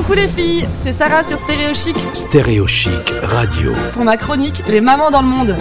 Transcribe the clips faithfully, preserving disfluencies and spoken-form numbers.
Coucou les filles, c'est Sarah sur Stéréo Chic. Stéréo Chic Radio. Pour ma chronique, les mamans dans le monde.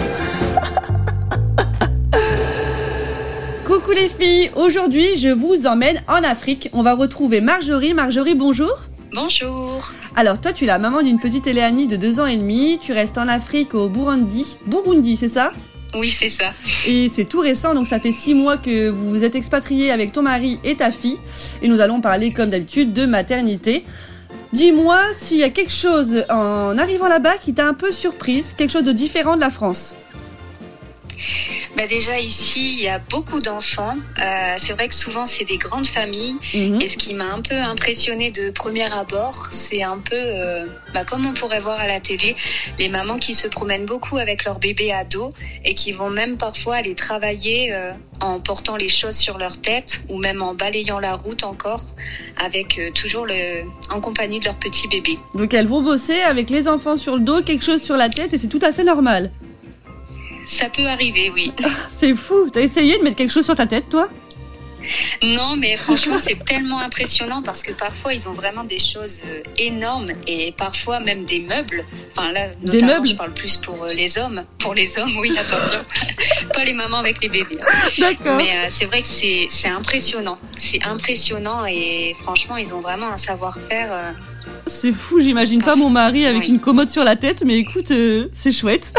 Coucou les filles, aujourd'hui je vous emmène en Afrique. On va retrouver Marjorie. Marjorie, bonjour. Bonjour. Alors toi tu es la maman d'une petite Eléanie de deux ans et demi. Tu restes en Afrique au Burundi. Burundi, c'est ça ? Oui, c'est ça. Et c'est tout récent, donc ça fait six mois que vous vous êtes expatriée avec ton mari et ta fille. Et nous allons parler comme d'habitude de maternité. Dis-moi s'il y a quelque chose en arrivant là-bas qui t'a un peu surprise, quelque chose de différent de la France. Bah déjà ici, il y a beaucoup d'enfants. Euh, c'est vrai que souvent, c'est des grandes familles. Mmh. Et ce qui m'a un peu impressionnée de premier abord, c'est un peu, euh, bah, comme on pourrait voir à la télé, les mamans qui se promènent beaucoup avec leur bébé à dos et qui vont même parfois aller travailler euh, en portant les choses sur leur tête ou même en balayant la route encore, avec euh, toujours le, en compagnie de leur petit bébé. Donc elles vont bosser avec les enfants sur le dos, quelque chose sur la tête et c'est tout à fait normal. Ça peut arriver, oui. C'est fou. T'as essayé de mettre quelque chose sur ta tête, toi ? Non, mais franchement, c'est tellement impressionnant parce que parfois, ils ont vraiment des choses énormes et parfois même des meubles. Enfin là, notamment, des meubles. Je parle plus pour les hommes. Pour les hommes, oui, attention. Pas les mamans avec les bébés. D'accord. Mais euh, c'est vrai que c'est, c'est impressionnant. C'est impressionnant et franchement, ils ont vraiment un savoir-faire. Euh... C'est fou, j'imagine pas mon mari avec oui. une commode sur la tête, mais écoute, euh, c'est chouette.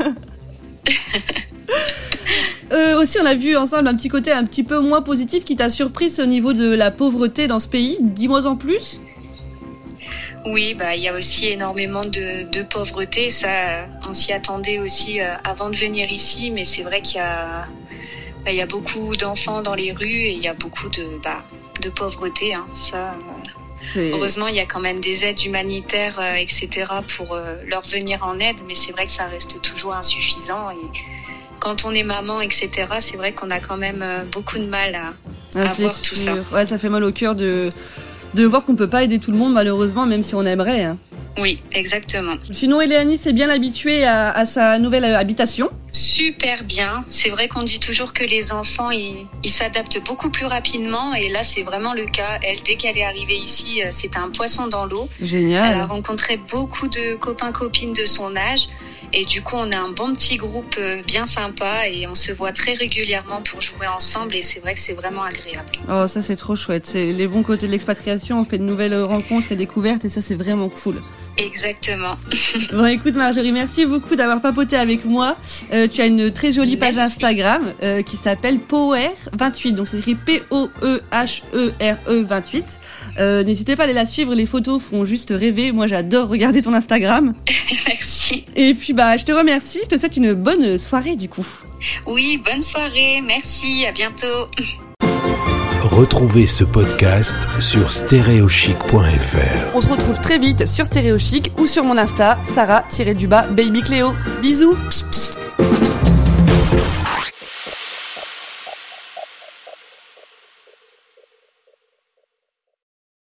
euh, aussi, on a vu ensemble un petit côté un petit peu moins positif qui t'a surpris au niveau de la pauvreté dans ce pays. Dis-moi en plus. Oui, bah il y a aussi énormément de, de pauvreté. Ça, on s'y attendait aussi euh, avant de venir ici, mais c'est vrai qu'il y a, bah, il y a beaucoup d'enfants dans les rues et il y a beaucoup de, bah, de pauvreté. Hein. Ça. Euh... C'est... Heureusement, il y a quand même des aides humanitaires, euh, et cetera pour euh, leur venir en aide, mais c'est vrai que ça reste toujours insuffisant. Et quand on est maman, et cetera, c'est vrai qu'on a quand même euh, beaucoup de mal à, ah, à voir sûr. Tout ça. Ouais, ça fait mal au cœur de, de voir qu'on peut pas aider tout le monde, malheureusement, même si on aimerait. Hein. Oui, exactement. Sinon, Eléanie s'est bien habituée à, à sa nouvelle habitation. Super bien. C'est vrai qu'on dit toujours que les enfants, ils, ils s'adaptent beaucoup plus rapidement. Et là, c'est vraiment le cas. Elle, dès qu'elle est arrivée ici, c'était un poisson dans l'eau. Génial. Elle a rencontré beaucoup de copains-copines de son âge. Et du coup, on a un bon petit groupe bien sympa. Et on se voit très régulièrement pour jouer ensemble. Et c'est vrai que c'est vraiment agréable. Oh, ça, c'est trop chouette. C'est les bons côtés de l'expatriation. On fait de nouvelles rencontres et découvertes. Et ça, c'est vraiment cool. Exactement. Bon, écoute Marjorie, merci beaucoup d'avoir papoté avec moi. Euh, tu as une très jolie page merci. Instagram euh, qui s'appelle Poher vingt-huit. Donc c'est écrit P O E H E R E vingt-huit. Euh, n'hésitez pas à aller la suivre, les photos font juste rêver. Moi j'adore regarder ton Instagram. Merci. Et puis bah je te remercie, je te souhaite une bonne soirée du coup. Oui, bonne soirée, merci, à bientôt. Retrouvez ce podcast sur stéréo chic point f r. On se retrouve très vite sur Stéréo Chic ou sur mon Insta, Sarah-du-bas Baby Cléo. Bisous.